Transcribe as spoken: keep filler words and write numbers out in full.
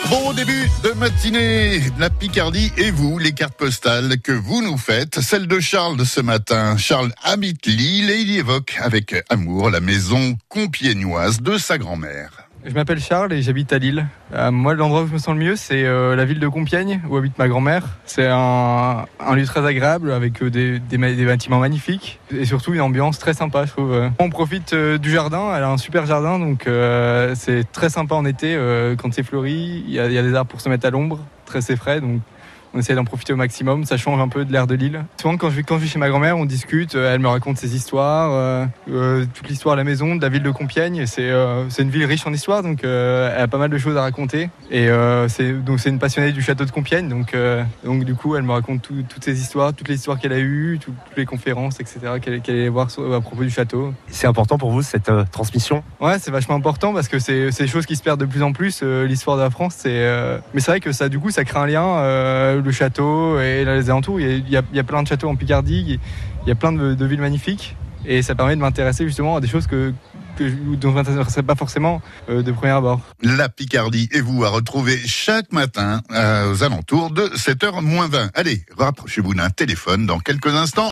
Bon début de matinée, la Picardie et vous, les cartes postales que vous nous faites. Celle de Charles de ce matin. Charles habite Lille et il y évoque avec amour la maison compiègnoise de sa grand-mère. Je m'appelle Charles et j'habite à Lille. Euh, moi, l'endroit où je me sens le mieux, c'est euh, la ville de Compiègne, où habite ma grand-mère. C'est un, un lieu très agréable, avec euh, des, des, des bâtiments magnifiques, et surtout une ambiance très sympa, je trouve. On profite euh, du jardin, elle a un super jardin, donc euh, c'est très sympa en été, euh, quand c'est fleuri, il y, y a des arbres pour se mettre à l'ombre, très c'est frais, donc on essaie d'en profiter au maximum, ça change un peu de l'air de Lille. Souvent quand je, quand je vais chez ma grand-mère, on discute, elle me raconte ses histoires, euh, euh, toute l'histoire de la maison, de la ville de Compiègne. C'est, euh, c'est une ville riche en histoire, donc euh, elle a pas mal de choses à raconter. Et euh, c'est, donc c'est une passionnée du château de Compiègne, donc, euh, donc du coup elle me raconte tout, toutes ses histoires, toutes les histoires qu'elle a eues, tout, toutes les conférences, et cetera qu'elle, qu'elle allait voir sur, à propos du château. C'est important pour vous cette euh, transmission ? Ouais, c'est vachement important parce que c'est, c'est des choses qui se perdent de plus en plus. Euh, l'histoire de la France, c'est, euh... mais c'est vrai que ça, du coup, ça crée un lien. Euh, le château et les alentours, il y, a, il y a plein de châteaux en Picardie, il y a plein de, de villes magnifiques et ça permet de m'intéresser justement à des choses que, que dont je ne m'intéresserais pas forcément euh, de premier abord. La Picardie et vous à retrouver chaque matin euh, aux alentours de sept heures moins vingt. Allez, rapprochez-vous d'un téléphone dans quelques instants.